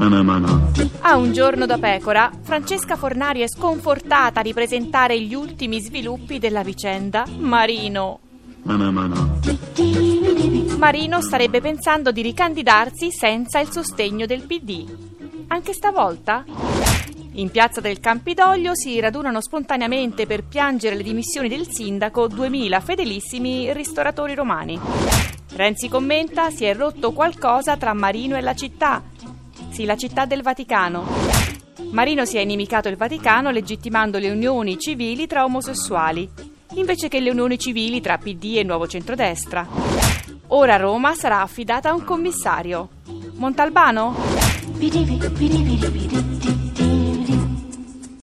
A Un giorno da pecora, Francesca Fornario è sconfortata di presentare gli ultimi sviluppi della vicenda Marino. Marino starebbe pensando di ricandidarsi senza il sostegno del PD. Anche stavolta? In piazza del Campidoglio si radunano spontaneamente per piangere le dimissioni del sindaco 2000 fedelissimi ristoratori romani. Renzi commenta: si è rotto qualcosa tra Marino e la città. Sì, la città del Vaticano. Marino si è inimicato il Vaticano legittimando le unioni civili tra omosessuali, invece che le unioni civili tra PD e Nuovo Centrodestra. Ora Roma sarà affidata a un commissario. Montalbano?